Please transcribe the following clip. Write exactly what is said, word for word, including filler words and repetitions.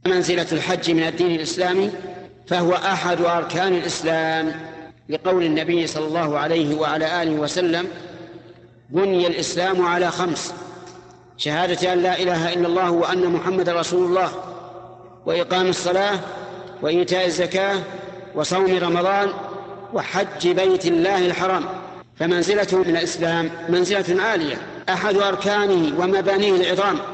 منزلة الحج من الدين الإسلامي فهو أحد أركان الإسلام، لقول النبي صلى الله عليه وعلى آله وسلم: بني الإسلام على خمس: شهادة أن لا إله إلا الله وأن محمد رسول الله، وإقام الصلاة، وإيتاء الزكاة، وصوم رمضان، وحج بيت الله الحرام. فمنزلته من الإسلام منزلة عالية، أحد أركانه ومبانيه العظام.